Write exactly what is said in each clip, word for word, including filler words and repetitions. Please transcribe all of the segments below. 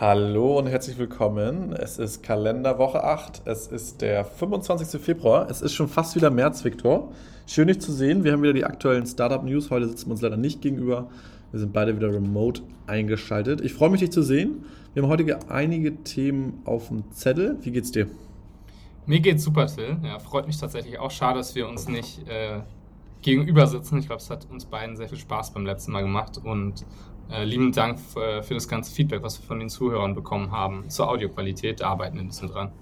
Hallo und herzlich willkommen. Es ist Kalenderwoche acht. Es ist der fünfundzwanzigste Februar. Es ist schon fast wieder März, Viktor. Schön, dich zu sehen. Wir haben wieder die aktuellen Startup-News. Heute sitzen wir uns leider nicht gegenüber. Wir sind beide wieder remote eingeschaltet. Ich freue mich, dich zu sehen. Wir haben heute einige Themen auf dem Zettel. Wie geht's dir? Mir geht's super, Till. Ja, freut mich tatsächlich auch. Schade, dass wir uns nicht äh, gegenüber sitzen. Ich glaube, es hat uns beiden sehr viel Spaß beim letzten Mal gemacht. Und äh, lieben Dank für, für das ganze Feedback, was wir von den Zuhörern bekommen haben zur Audioqualität. Da arbeiten wir ein bisschen dran.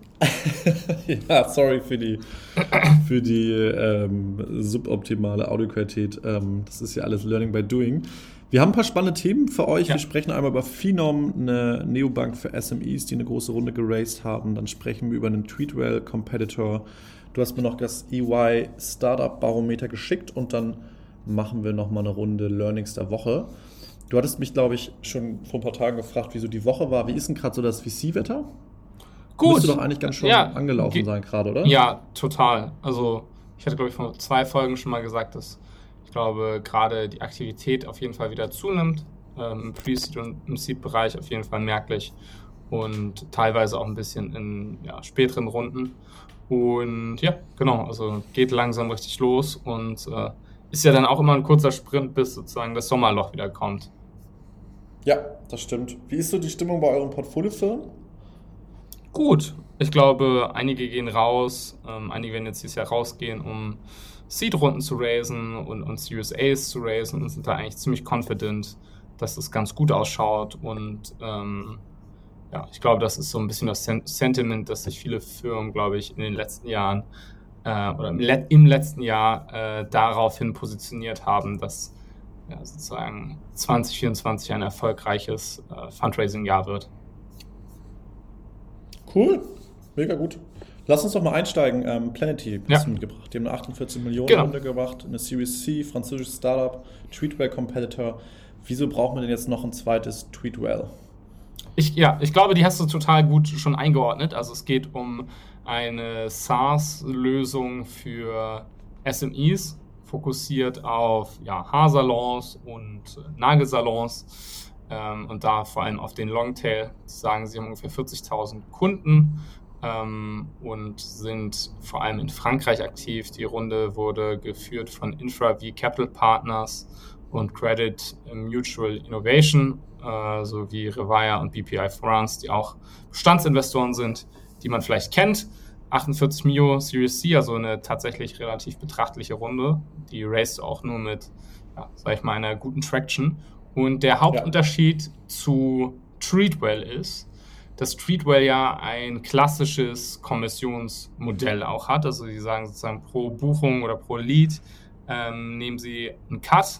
Ja, sorry für die, für die ähm, suboptimale Audioqualität. Ähm, das ist ja alles Learning by Doing. Wir haben ein paar spannende Themen für euch. Ja. Wir sprechen einmal über Phenom, eine Neobank für S M Es, die eine große Runde geraced haben. Dann sprechen wir über einen Tweetwell-Competitor. Du hast mir noch das E Y Startup Barometer geschickt und dann machen wir nochmal eine Runde Learnings der Woche. Du hattest mich, glaube ich, schon vor ein paar Tagen gefragt, wie so die Woche war. Wie ist denn gerade so das V C-Wetter? Gut. Müsste doch eigentlich ganz schön Ja, angelaufen ge- sein gerade, oder? Ja, total. Also ich hatte, glaube ich, vor zwei Folgen schon mal gesagt, dass ich glaube, gerade die Aktivität auf jeden Fall wieder zunimmt. Ähm, Im Pre-Seed und im Seed-Bereich auf jeden Fall merklich und teilweise auch ein bisschen in ja, späteren Runden. Und ja, genau, also geht langsam richtig los und äh, ist ja dann auch immer ein kurzer Sprint, bis sozusagen das Sommerloch wieder kommt. Ja, das stimmt. Wie ist so die Stimmung bei euren Portfoliofirmen? Gut, ich glaube, einige gehen raus, ähm, einige werden jetzt dieses Jahr rausgehen, um Seed-Runden zu raisen und, und Series A's zu raisen und sind da eigentlich ziemlich confident, dass es ganz gut ausschaut und ähm, ja, ich glaube, das ist so ein bisschen das Sen- Sentiment, dass sich viele Firmen, glaube ich, in den letzten Jahren äh, oder im, Let- im letzten Jahr äh, daraufhin positioniert haben, dass ja, sozusagen zwanzig vierundzwanzig ein erfolgreiches äh, Fundraising-Jahr wird. Cool, mega gut. Lass uns doch mal einsteigen. Ähm, Planety hast Ja. du mitgebracht. Die haben eine achtundvierzig Millionen Genau. Runde gemacht, eine Series C, französisches Startup, Tweetwell Competitor. Wieso braucht man denn jetzt noch ein zweites Tweetwell? Ich, ja, ich glaube, die hast du total gut schon eingeordnet. Also es geht um eine SaaS-Lösung für S M Es, fokussiert auf ja, Haarsalons und äh, Nagelsalons ähm, und da vor allem auf den Longtail. Sagen sie haben ungefähr vierzigtausend Kunden ähm, und sind vor allem in Frankreich aktiv. Die Runde wurde geführt von InfraV Capital Partners und Credit Mutual Innovation, äh, sowie Revaya und B P I France, die auch Bestandsinvestoren sind, die man vielleicht kennt. achtundvierzig Millionen Series C, also eine tatsächlich relativ betrachtliche Runde. Die raced auch nur mit, ja, sag ich mal, einer guten Traction. Und der Hauptunterschied zu Treatwell ist, dass Treatwell ja ein klassisches Kommissionsmodell auch hat. Also sie sagen sozusagen pro Buchung oder pro Lead ähm, nehmen sie einen Cut.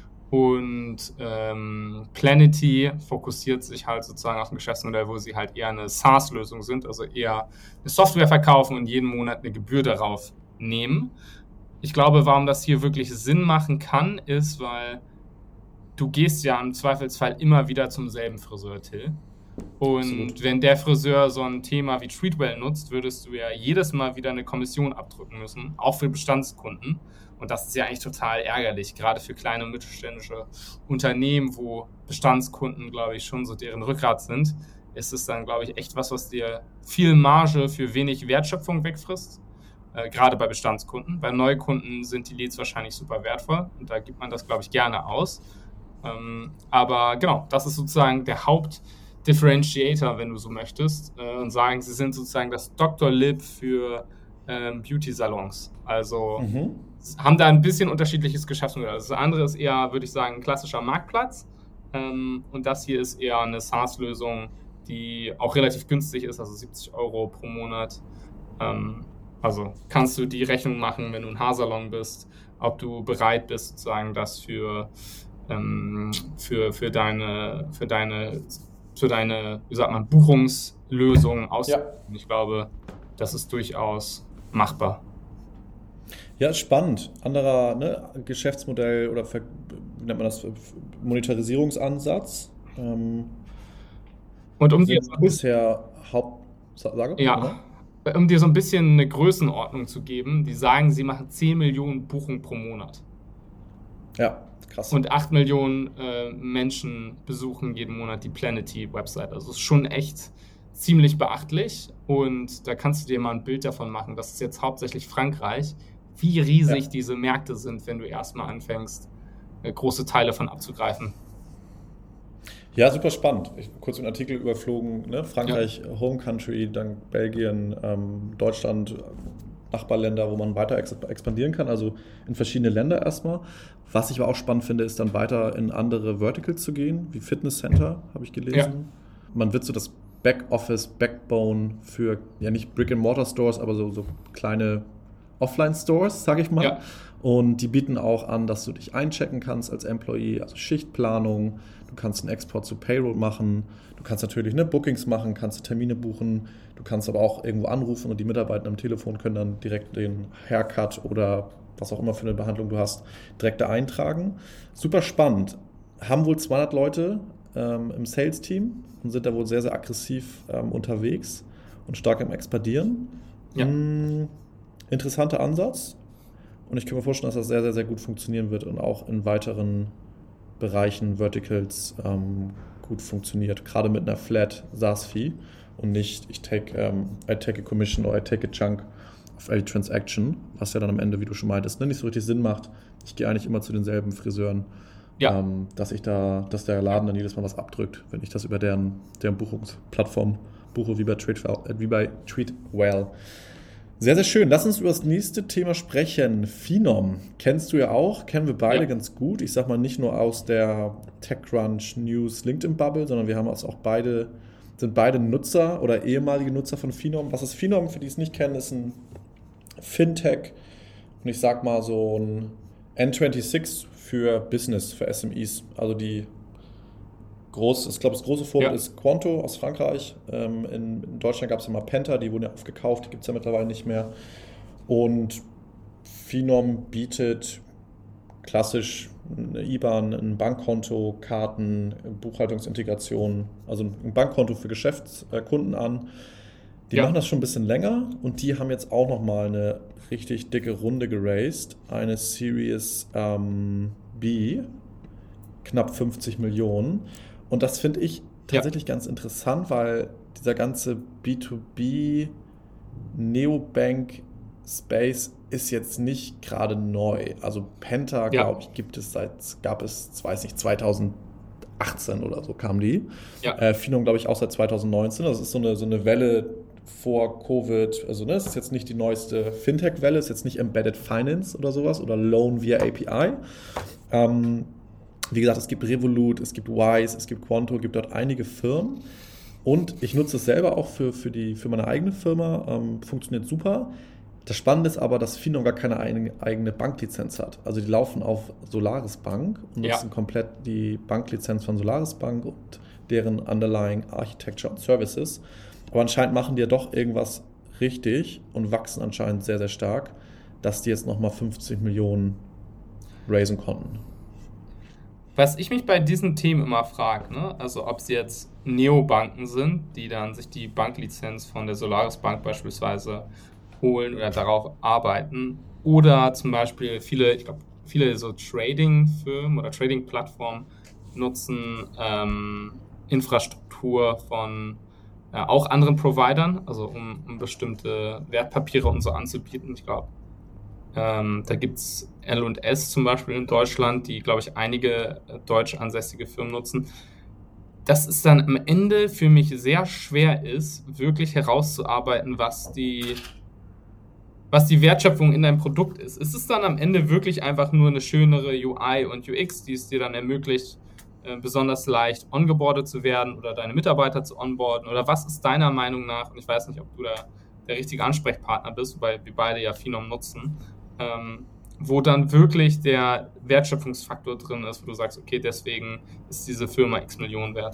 Und ähm, Planety fokussiert sich halt sozusagen auf ein Geschäftsmodell, wo sie halt eher eine SaaS-Lösung sind, also eher eine Software verkaufen und jeden Monat eine Gebühr darauf nehmen. Ich glaube, warum das hier wirklich Sinn machen kann, ist, weil du gehst ja im Zweifelsfall immer wieder zum selben Friseur, Till. Und Absolut. wenn der Friseur so ein Thema wie Treatwell nutzt, würdest du ja jedes Mal wieder eine Kommission abdrücken müssen, auch für Bestandskunden. Und das ist ja eigentlich total ärgerlich, gerade für kleine und mittelständische Unternehmen, wo Bestandskunden, glaube ich, schon so deren Rückgrat sind, ist es dann, glaube ich, echt was, was dir viel Marge für wenig Wertschöpfung wegfrisst, äh, gerade bei Bestandskunden. Bei Neukunden sind die Leads wahrscheinlich super wertvoll und da gibt man das, glaube ich, gerne aus. Ähm, aber genau, das ist sozusagen der Hauptdifferentiator, wenn du so möchtest, äh, und sagen, sie sind sozusagen das Doktor Lib für ähm, Beauty-Salons. Also Mhm. haben da ein bisschen unterschiedliches Geschäftsmodell. Das andere ist eher, würde ich sagen, ein klassischer Marktplatz. Ähm, und das hier ist eher eine SaaS-Lösung, die auch relativ günstig ist, also siebzig Euro pro Monat. Ähm, also kannst du die Rechnung machen, wenn du ein Haarsalon bist, ob du bereit bist, sozusagen das für, ähm, für, für deine, für deine, für deine, wie sagt man, Buchungslösung auszuprobieren. Ja. Ich glaube, das ist durchaus machbar. Ja, spannend. Anderer ne, Geschäftsmodell oder Ver wie nennt man das? Monetarisierungsansatz. Ähm, Und um dir sind so ein bisschen, bisher Haupt... Sa- Sage? ja, um dir so ein bisschen eine Größenordnung zu geben, die sagen, sie machen zehn Millionen Buchungen pro Monat. Ja, Krass. Und acht Millionen äh, Menschen besuchen jeden Monat die Planety-Website. Also es ist schon echt ziemlich beachtlich. Und da kannst du dir mal ein Bild davon machen. Das ist jetzt hauptsächlich Frankreich. Wie riesig Ja. diese Märkte sind, wenn du erstmal anfängst, äh, große Teile von abzugreifen. Ja, super spannend. Ich habe kurz einen Artikel überflogen, ne? Frankreich, ja. Home Country, dann Belgien, ähm, Deutschland, Nachbarländer, wo man weiter ex- expandieren kann, also in verschiedene Länder erstmal. Was ich aber auch spannend finde, ist dann weiter in andere Verticals zu gehen, wie Fitnesscenter, habe ich gelesen. Ja. Man wird so das Backoffice, Backbone für, ja nicht Brick-and-Mortar-Stores, aber so, so kleine Offline-Stores, sage ich mal. Ja. Und die bieten auch an, dass du dich einchecken kannst als Employee, also Schichtplanung. Du kannst einen Export zu Payroll machen. Du kannst natürlich ne, Bookings machen, kannst Termine buchen. Du kannst aber auch irgendwo anrufen und die Mitarbeiter am Telefon können dann direkt den Haircut oder was auch immer für eine Behandlung du hast, direkt da eintragen. Super spannend. Haben wohl zweihundert Leute ähm, im Sales-Team und sind da wohl sehr, sehr aggressiv ähm, unterwegs und stark im Expandieren. Ja. Hm, interessanter Ansatz. Und ich kann mir vorstellen, dass das sehr, sehr, sehr gut funktionieren wird und auch in weiteren Bereichen, Verticals ähm, gut funktioniert. Gerade mit einer Flat SaaS-Fee und nicht, ich take, um, I take a commission or I take a chunk of every transaction, was ja dann am Ende, wie du schon meintest, ne, nicht so richtig Sinn macht. Ich gehe eigentlich immer zu denselben Friseuren, ja. ähm, dass ich da, dass der Laden dann jedes Mal was abdrückt, wenn ich das über deren, deren Buchungsplattform buche, wie bei Treatwell. Äh, wie bei Treatwell. Sehr, sehr schön. Lass uns über das nächste Thema sprechen. Phenom. Kennst du ja auch, kennen wir beide ja. ganz gut. Ich sag mal nicht nur aus der TechCrunch News LinkedIn Bubble, sondern wir haben uns auch beide, sind beide Nutzer oder ehemalige Nutzer von Phenom. Was ist Phenom? Für die es nicht kennen, ist ein Fintech und ich sag mal so ein N sechsundzwanzig für Business, für S M Es. Also die Groß, ich glaube, das große Vorbild ja. ist Quanto aus Frankreich. Ähm, in, in Deutschland gab es ja mal Penta, die wurden ja aufgekauft, die gibt es ja mittlerweile nicht mehr. Und Phenom bietet klassisch eine I B A N, ein Bankkonto, Karten, Buchhaltungsintegration, also ein Bankkonto für Geschäftskunden an. Die ja. machen das schon ein bisschen länger und die haben jetzt auch nochmal eine richtig dicke Runde geraced, eine Series ähm, B, knapp fünfzig Millionen. Und das finde ich tatsächlich ja. ganz interessant, weil dieser ganze B zwei B Neobank-Space ist jetzt nicht gerade neu. Also Penta, ja. glaube ich, gibt es seit, gab es, weiß nicht, zweitausendachtzehn oder so kam die. Ja. Äh, Phenom, glaube ich, auch seit zweitausendneunzehn. Das ist so eine, so eine Welle vor Covid. Also ne, das ist jetzt nicht die neueste Fintech-Welle, ist jetzt nicht Embedded Finance oder sowas oder Loan via A P I. Ähm, Wie gesagt, es gibt Revolut, es gibt Wise, es gibt Quanto, es gibt dort einige Firmen. Und ich nutze es selber auch für, für, die, für meine eigene Firma. Ähm, funktioniert super. Das Spannende ist aber, dass Phenom gar keine eigene Banklizenz hat. Also die laufen auf Solaris Bank und nutzen ja. komplett die Banklizenz von Solaris Bank und deren underlying Architecture und Services. Aber anscheinend machen die ja doch irgendwas richtig und wachsen anscheinend sehr, sehr stark, dass die jetzt nochmal fünfzig Millionen raisen konnten. Was ich mich bei diesen Themen immer frage, ne? Also ob es jetzt Neobanken sind, die dann sich die Banklizenz von der Solaris Bank beispielsweise holen oder darauf arbeiten, oder zum Beispiel viele, ich glaube, viele so Trading-Firmen oder Trading-Plattformen nutzen ähm, Infrastruktur von äh, auch anderen Providern, also um, um bestimmte Wertpapiere und so anzubieten. Ich glaube, Ähm, da gibt es L und S zum Beispiel in Deutschland, die, glaube ich, einige äh, deutsch ansässige Firmen nutzen. Dass es dann am Ende für mich sehr schwer ist, wirklich herauszuarbeiten, was die, was die Wertschöpfung in deinem Produkt ist. Ist es dann am Ende wirklich einfach nur eine schönere U I und U X, die es dir dann ermöglicht, äh, besonders leicht ongeboardet zu werden oder deine Mitarbeiter zu onboarden? Oder was ist deiner Meinung nach, und ich weiß nicht, ob du da der richtige Ansprechpartner bist, weil wir beide ja Phenom nutzen, Ähm, wo dann wirklich der Wertschöpfungsfaktor drin ist, wo du sagst, okay, deswegen ist diese Firma X Millionen wert.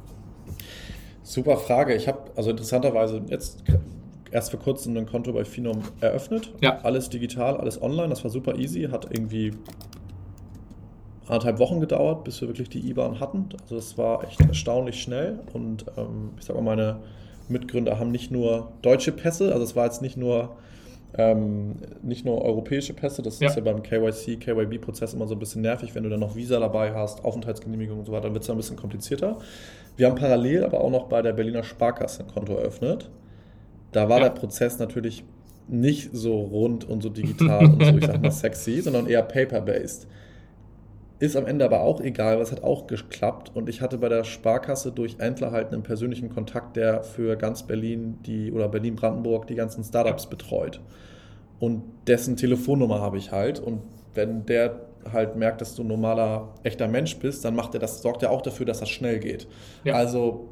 Super Frage. Ich habe also interessanterweise jetzt erst vor kurzem ein Konto bei Phenom eröffnet. Ja. Alles digital, alles online. Das war super easy. Hat irgendwie anderthalb Wochen gedauert, bis wir wirklich die I B A N hatten. Also das war echt erstaunlich schnell. Und ähm, ich sag mal, meine Mitgründer haben nicht nur deutsche Pässe, also es war jetzt nicht nur ähm, nicht nur europäische Pässe, das Ja. ist ja beim K Y C, K Y B-Prozess immer so ein bisschen nervig, wenn du dann noch Visa dabei hast, Aufenthaltsgenehmigung und so weiter, dann wird es ein bisschen komplizierter. Wir haben parallel aber auch noch bei der Berliner Sparkasse ein Konto eröffnet. Da war Ja. der Prozess natürlich nicht so rund und so digital und so, ich sag mal, sexy, sondern eher paper-based. Ist am Ende aber auch egal, weil es hat auch geklappt und ich hatte bei der Sparkasse durch Entler halt einen persönlichen Kontakt, der für ganz Berlin die oder Berlin-Brandenburg die ganzen Startups betreut. Und dessen Telefonnummer habe ich halt und wenn der halt merkt, dass du ein normaler, echter Mensch bist, dann macht er das, sorgt er auch dafür, dass das schnell geht. Ja. Also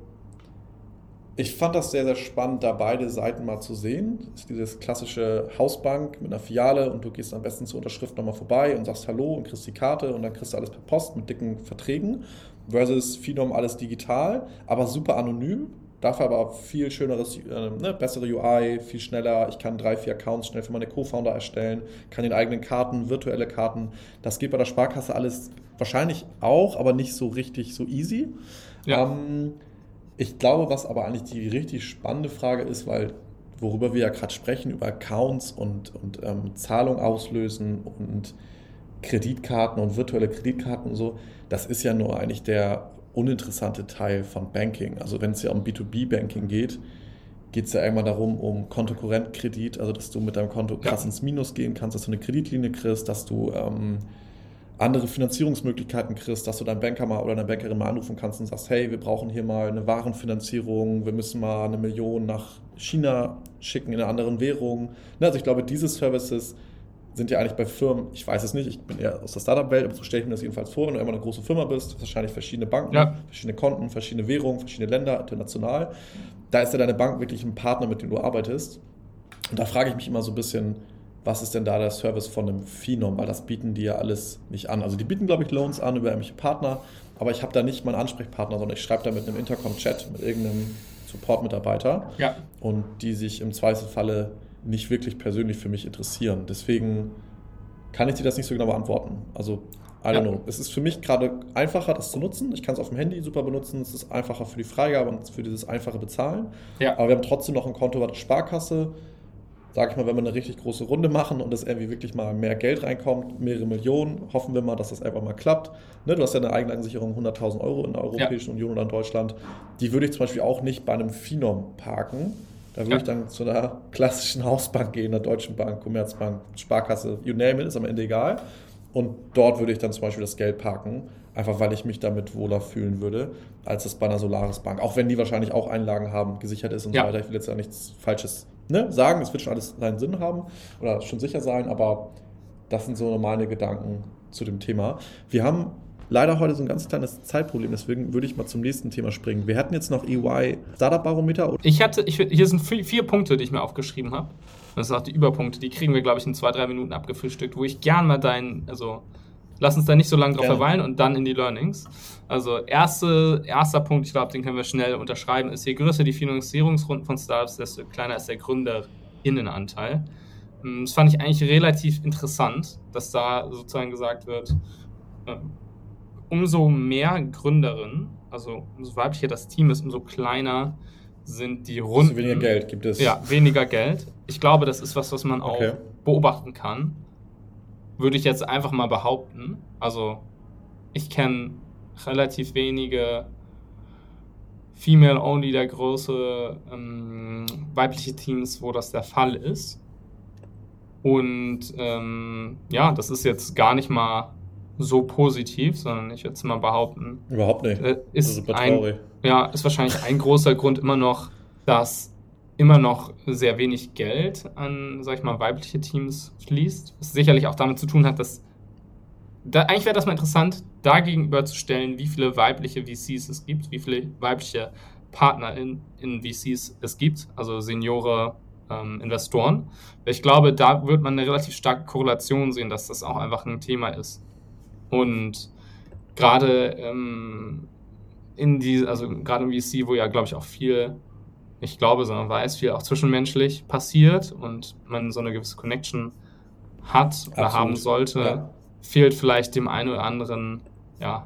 ich fand das sehr, sehr spannend, da beide Seiten mal zu sehen. Das ist dieses klassische Hausbank mit einer Filiale und du gehst am besten zur Unterschrift nochmal vorbei und sagst Hallo und kriegst die Karte und dann kriegst du alles per Post mit dicken Verträgen. Versus Finom alles digital, aber super anonym. Dafür aber viel schöneres, äh, ne, bessere U I, viel schneller. Ich kann drei, vier Accounts schnell für meine Co-Founder erstellen, kann den eigenen Karten, virtuelle Karten. Das geht bei der Sparkasse alles wahrscheinlich auch, aber nicht so richtig so easy. Ja. Ähm, Ich glaube, was aber eigentlich die richtig spannende Frage ist, weil worüber wir ja gerade sprechen, über Accounts und, und ähm, Zahlung auslösen und Kreditkarten und virtuelle Kreditkarten und so, das ist ja nur eigentlich der uninteressante Teil von Banking. Also wenn es ja um B zwei B-Banking geht, geht es ja irgendwann darum, um Kontokorrentkredit, also dass du mit deinem Konto krass Ja. ins Minus gehen kannst, dass du eine Kreditlinie kriegst, dass du ähm, andere Finanzierungsmöglichkeiten kriegst, dass du deinen Banker mal oder deine Bankerin mal anrufen kannst und sagst, hey, wir brauchen hier mal eine Warenfinanzierung, wir müssen mal eine Million nach China schicken in einer anderen Währung. Also ich glaube, diese Services sind ja eigentlich bei Firmen, ich weiß es nicht, ich bin eher aus der Startup-Welt, aber so stelle ich mir das jedenfalls vor, wenn du immer eine große Firma bist, hast wahrscheinlich verschiedene Banken, Ja. verschiedene Konten, verschiedene Währungen, verschiedene Länder, international. Da ist ja deine Bank wirklich ein Partner, mit dem du arbeitest. Und da frage ich mich immer so ein bisschen, was ist denn da der Service von einem Finom? Weil das bieten die ja alles nicht an. Also die bieten, glaube ich, Loans an über irgendwelche Partner, aber ich habe da nicht meinen Ansprechpartner, sondern ich schreibe da mit einem Intercom-Chat mit irgendeinem Support-Mitarbeiter Ja. und die sich im Zweifelsfalle nicht wirklich persönlich für mich interessieren. Deswegen kann ich dir das nicht so genau beantworten. Also, I don't Ja. know. Es ist für mich gerade einfacher, das zu nutzen. Ich kann es auf dem Handy super benutzen. Es ist einfacher für die Freigabe und für dieses einfache Bezahlen. Ja. Aber wir haben trotzdem noch ein Konto bei der Sparkasse. Sag ich mal, wenn wir eine richtig große Runde machen und es irgendwie wirklich mal mehr Geld reinkommt, mehrere Millionen, hoffen wir mal, dass das einfach mal klappt. Ne, du hast ja eine Eigenlagensicherung hunderttausend Euro in der Europäischen Ja. Union oder in Deutschland. Die würde ich zum Beispiel auch nicht bei einem Finom parken. Da würde Ja. ich dann zu einer klassischen Hausbank gehen, einer Deutschen Bank, Commerzbank, Sparkasse, you name it, ist am Ende egal. Und dort würde ich dann zum Beispiel das Geld parken, einfach weil ich mich damit wohler fühlen würde, als das bei einer Solaris Bank. Auch wenn die wahrscheinlich auch Einlagen haben, gesichert ist und Ja. so weiter. Ich will jetzt ja nichts Falsches ne, sagen, es wird schon alles seinen Sinn haben oder schon sicher sein, aber das sind so meine Gedanken zu dem Thema. Wir haben leider heute so ein ganz kleines Zeitproblem, deswegen würde ich mal zum nächsten Thema springen. Wir hatten jetzt noch E Y Startup Barometer. Ich hatte, ich, hier sind vier, vier Punkte, die ich mir aufgeschrieben habe. Das sind auch die Überpunkte, die kriegen wir, glaube ich, in zwei, drei Minuten abgefrühstückt, wo ich gern mal deinen, also lass uns da nicht so lange drauf Gerne. verweilen und dann in die Learnings. Also erste, erster Punkt, ich glaube, den können wir schnell unterschreiben, ist, je größer die Finanzierungsrunden von Startups, desto kleiner ist der GründerInnenanteil. Das fand ich eigentlich relativ interessant, dass da sozusagen gesagt wird, umso mehr Gründerinnen, also umso weiblicher das Team ist, umso kleiner sind die Runden. Umso weniger Geld gibt es. Ja, weniger Geld. Ich glaube, das ist was, was man Okay. auch beobachten kann. Würde ich jetzt einfach mal behaupten. Also ich kenne relativ wenige Female-Only der Größe ähm, weibliche Teams, wo das der Fall ist. Und ähm, ja, das ist jetzt gar nicht mal so positiv, sondern ich würde es mal behaupten, Überhaupt nicht. äh, Das ist, ist super ein, traurig. ja, ist wahrscheinlich ein großer Grund immer noch, dass immer noch sehr wenig Geld an, sag ich mal, weibliche Teams fließt. Was sicherlich auch damit zu tun hat, dass da, eigentlich wäre das mal interessant, da gegenüberzustellen, wie viele weibliche V Cs es gibt, wie viele weibliche Partner in, in V Cs es gibt, also Seniore, ähm, Investoren. Ich glaube, da wird man eine relativ starke Korrelation sehen, dass das auch einfach ein Thema ist. Und gerade ähm, in die, also gerade im V C, wo ja, glaube ich, auch viel, nicht glaube, sondern weiß, viel auch zwischenmenschlich passiert und man so eine gewisse Connection hat oder Absolut. haben sollte, Ja. fehlt vielleicht dem einen oder anderen, ja,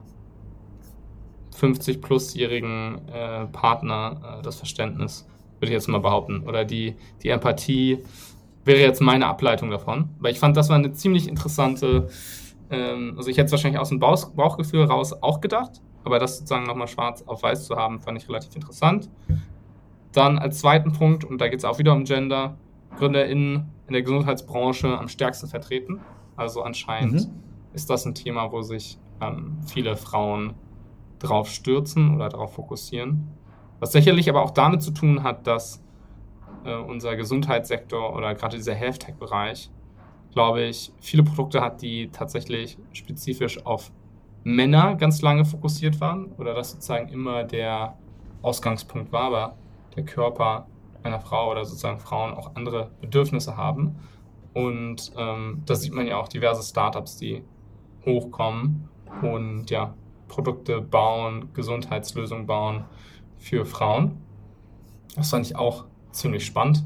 fünfzig-plus-jährigen äh, Partner äh, das Verständnis, würde ich jetzt mal behaupten. Oder die, die Empathie, wäre jetzt meine Ableitung davon. Weil ich fand, das war eine ziemlich interessante, ähm, also ich hätte es wahrscheinlich aus dem Bauch, Bauchgefühl raus auch gedacht, aber das sozusagen nochmal schwarz auf weiß zu haben, fand ich relativ interessant. Dann als zweiten Punkt, und da geht es auch wieder um Gender, GründerInnen in der Gesundheitsbranche am stärksten vertreten. Also anscheinend mhm. ist das ein Thema, wo sich ähm, viele Frauen drauf stürzen oder darauf fokussieren. Was sicherlich aber auch damit zu tun hat, dass äh, unser Gesundheitssektor oder gerade dieser Health-Tech-Bereich, glaube ich, viele Produkte hat, die tatsächlich spezifisch auf Männer ganz lange fokussiert waren oder das sozusagen immer der Ausgangspunkt war, aber der Körper einer Frau oder sozusagen Frauen auch andere Bedürfnisse haben. Und ähm, da sieht man ja auch diverse Startups, die hochkommen und ja, Produkte bauen, Gesundheitslösungen bauen für Frauen. Das fand ich auch ziemlich spannend.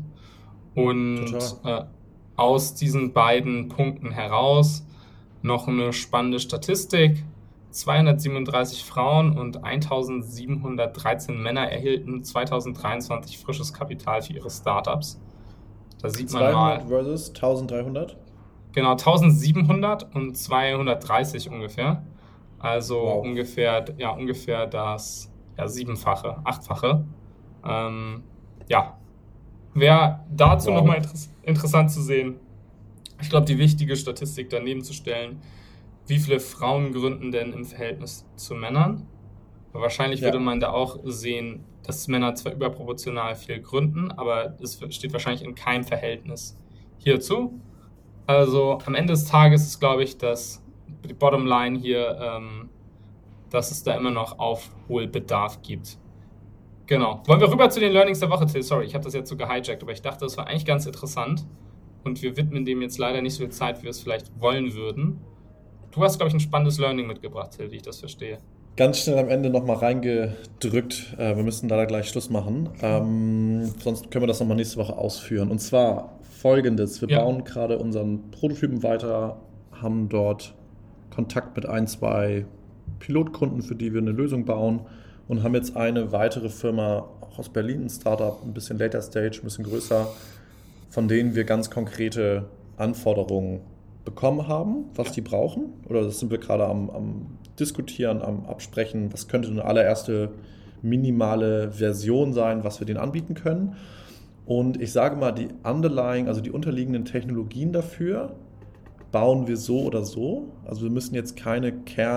Und äh, aus diesen beiden Punkten heraus noch eine spannende Statistik. zweihundertsiebenunddreißig Frauen und eintausendsiebenhundertdreizehn Männer erhielten zweitausenddreiundzwanzig frisches Kapital für ihre Startups. Da sieht man mal. zweihundert versus eintausenddreihundert? Genau, eintausendsiebenhundert und zweihundertdreißig ungefähr. Also wow. ungefähr, ja, ungefähr das ja, siebenfache, achtfache. Ähm, ja, wäre dazu wow. nochmal inter- interessant zu sehen. Ich glaube, die wichtige Statistik daneben zu stellen, wie viele Frauen gründen denn im Verhältnis zu Männern? Aber wahrscheinlich ja. würde man da auch sehen, dass Männer zwar überproportional viel gründen, aber es steht wahrscheinlich in keinem Verhältnis hierzu. Also am Ende des Tages ist, glaube ich, dass die Bottomline hier, ähm, dass es da immer noch Aufholbedarf gibt. Genau. Wollen wir rüber zu den Learnings der Woche, Till? Sorry, ich habe das jetzt so gehijackt, aber ich dachte, das war eigentlich ganz interessant. Und wir widmen dem jetzt leider nicht so viel Zeit, wie wir es vielleicht wollen würden. Du hast, glaube ich, ein spannendes Learning mitgebracht, Till, wie ich das verstehe. Ganz schnell am Ende nochmal reingedrückt. Äh, wir müssen leider gleich Schluss machen. Ähm, sonst können wir das nochmal nächste Woche ausführen. Und zwar folgendes. Wir ja. bauen gerade unseren Prototypen weiter, haben dort Kontakt mit ein, zwei Pilotkunden, für die wir eine Lösung bauen und haben jetzt eine weitere Firma, auch aus Berlin, ein Startup, ein bisschen later stage, ein bisschen größer, von denen wir ganz konkrete Anforderungen bekommen haben, was die brauchen. Oder das sind wir gerade am, am Diskutieren, am Absprechen, was könnte eine allererste minimale Version sein, was wir denen anbieten können. Und ich sage mal, die underlying, also die unterliegenden Technologien dafür, bauen wir so oder so. Also wir müssen jetzt keine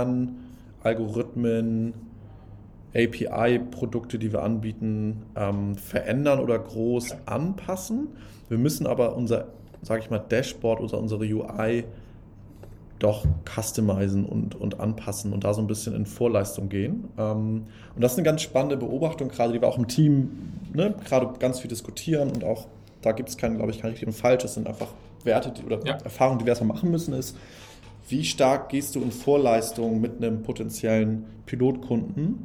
Kernalgorithmen, A P I-Produkte, die wir anbieten, ähm, verändern oder groß anpassen. Wir müssen aber unser, sage ich mal, Dashboard oder unsere U I doch customizen und, und anpassen und da so ein bisschen in Vorleistung gehen. Ähm, und das ist eine ganz spannende Beobachtung, gerade die wir auch im Team ne, gerade ganz viel diskutieren und auch da gibt es kein, glaube ich, kein richtig und falsch. Das sind einfach Werte die, oder ja. Erfahrungen, die wir erstmal machen müssen, ist, wie stark gehst du in Vorleistung mit einem potenziellen Pilotkunden,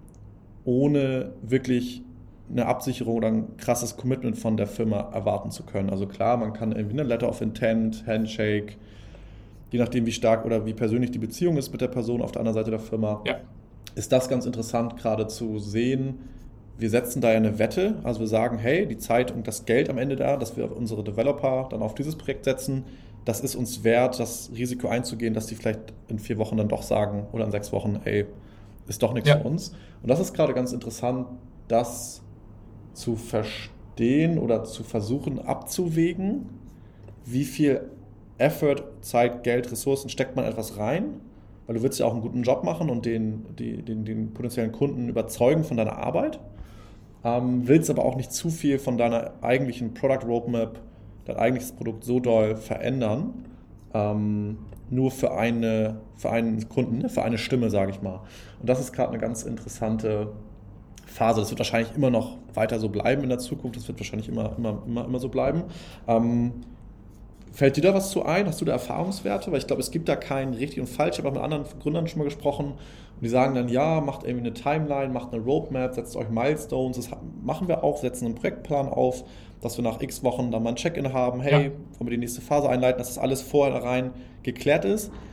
ohne wirklich eine Absicherung oder ein krasses Commitment von der Firma erwarten zu können. Also klar, man kann irgendwie eine Letter of Intent, Handshake, je nachdem wie stark oder wie persönlich die Beziehung ist mit der Person auf der anderen Seite der Firma, ja. ist das ganz interessant gerade zu sehen. Wir setzen da ja eine Wette, also wir sagen, hey, die Zeit und das Geld am Ende da, dass wir unsere Developer dann auf dieses Projekt setzen, das ist uns wert, das Risiko einzugehen, dass die vielleicht in vier Wochen dann doch sagen oder in sechs Wochen, ey, ist doch nichts ja. für uns. Und das ist gerade ganz interessant, das zu verstehen oder zu versuchen abzuwägen, wie viel Effort, Zeit, Geld, Ressourcen steckt man etwas rein, weil du willst ja auch einen guten Job machen und den, die, den, den potenziellen Kunden überzeugen von deiner Arbeit, ähm, willst aber auch nicht zu viel von deiner eigentlichen Product Roadmap, dein eigentliches Produkt so doll verändern, ähm, nur für, eine, für einen Kunden, für eine Stimme, sage ich mal. Und das ist gerade eine ganz interessante Phase. Das wird wahrscheinlich immer noch weiter so bleiben in der Zukunft. Das wird wahrscheinlich immer, immer, immer, immer so bleiben. Ähm, fällt dir da was zu ein? Hast du da Erfahrungswerte? Weil ich glaube, es gibt da keinen richtig und falsch. Ich habe auch mit anderen Gründern schon mal gesprochen und die sagen dann, ja, macht irgendwie eine Timeline, macht eine Roadmap, setzt euch Milestones. Das machen wir auch, setzen einen Projektplan auf, dass wir nach x Wochen dann mal ein Check-in haben. Hey, ja. wollen wir die nächste Phase einleiten, dass das alles vornherein geklärt ist.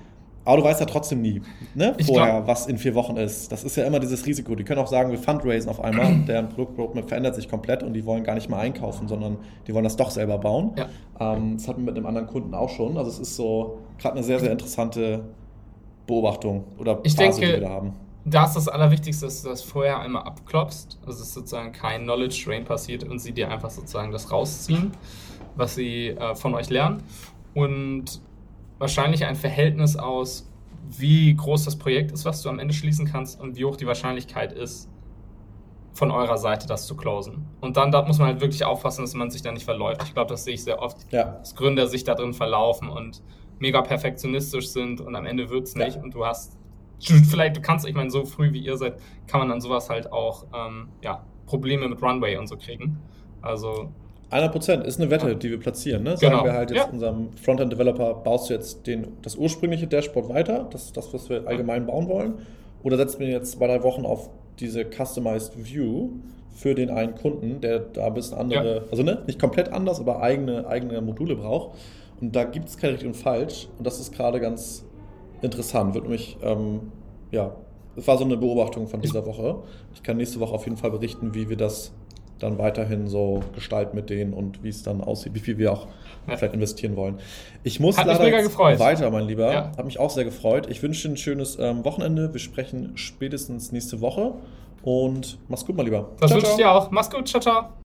Aber du weißt ja trotzdem nie, ne? Ich vorher, glaub- was in vier Wochen ist. Das ist ja immer dieses Risiko. Die können auch sagen, wir fundraisen auf einmal, deren Produkt verändert sich komplett und die wollen gar nicht mehr einkaufen, sondern die wollen das doch selber bauen. Ja. Ähm, das hatten wir mit einem anderen Kunden auch schon. Also es ist so gerade eine sehr, sehr interessante Beobachtung oder Ich Phase, denke- die wir da haben. Da ist das Allerwichtigste, dass du das vorher einmal abklopfst, also dass sozusagen kein Knowledge Drain passiert und sie dir einfach sozusagen das rausziehen, was sie äh, von euch lernen. Und wahrscheinlich ein Verhältnis aus, wie groß das Projekt ist, was du am Ende schließen kannst und wie hoch die Wahrscheinlichkeit ist, von eurer Seite das zu closen. Und dann da muss man halt wirklich aufpassen, dass man sich da nicht verläuft. Ich glaube, das sehe ich sehr oft, Ja. dass Gründer sich da drin verlaufen und mega perfektionistisch sind und am Ende wird es nicht Ja. und du hast vielleicht, du kannst, ich meine, so früh wie ihr seid, kann man dann sowas halt auch ähm, ja, Probleme mit Runway und so kriegen. Also hundert Prozent ist eine Wette, die wir platzieren. Ne? Genau. Sagen wir halt jetzt Ja. unserem Frontend-Developer, baust du jetzt den, das ursprüngliche Dashboard weiter, das das, was wir allgemein bauen wollen, oder setzen wir jetzt zwei, drei Wochen auf diese Customized View für den einen Kunden, der da ein bisschen andere, Ja. also ne, nicht komplett anders, aber eigene, eigene Module braucht. Und da gibt es kein richtig und falsch. Und das ist gerade ganz interessant. Wird nämlich, ähm, ja, es war so eine Beobachtung von dieser Woche. Ich kann nächste Woche auf jeden Fall berichten, wie wir das dann weiterhin so gestalten mit denen und wie es dann aussieht, wie viel wir auch Ja. vielleicht investieren wollen. Ich muss Hat mich leider mega jetzt gefreut. weiter, mein Lieber. Ja. Hat mich auch sehr gefreut. Ich wünsche dir ein schönes ähm, Wochenende. Wir sprechen spätestens nächste Woche und mach's gut, mein Lieber. das Ciao, wünsche ich ciao. dir auch. Mach's gut, ciao, ciao.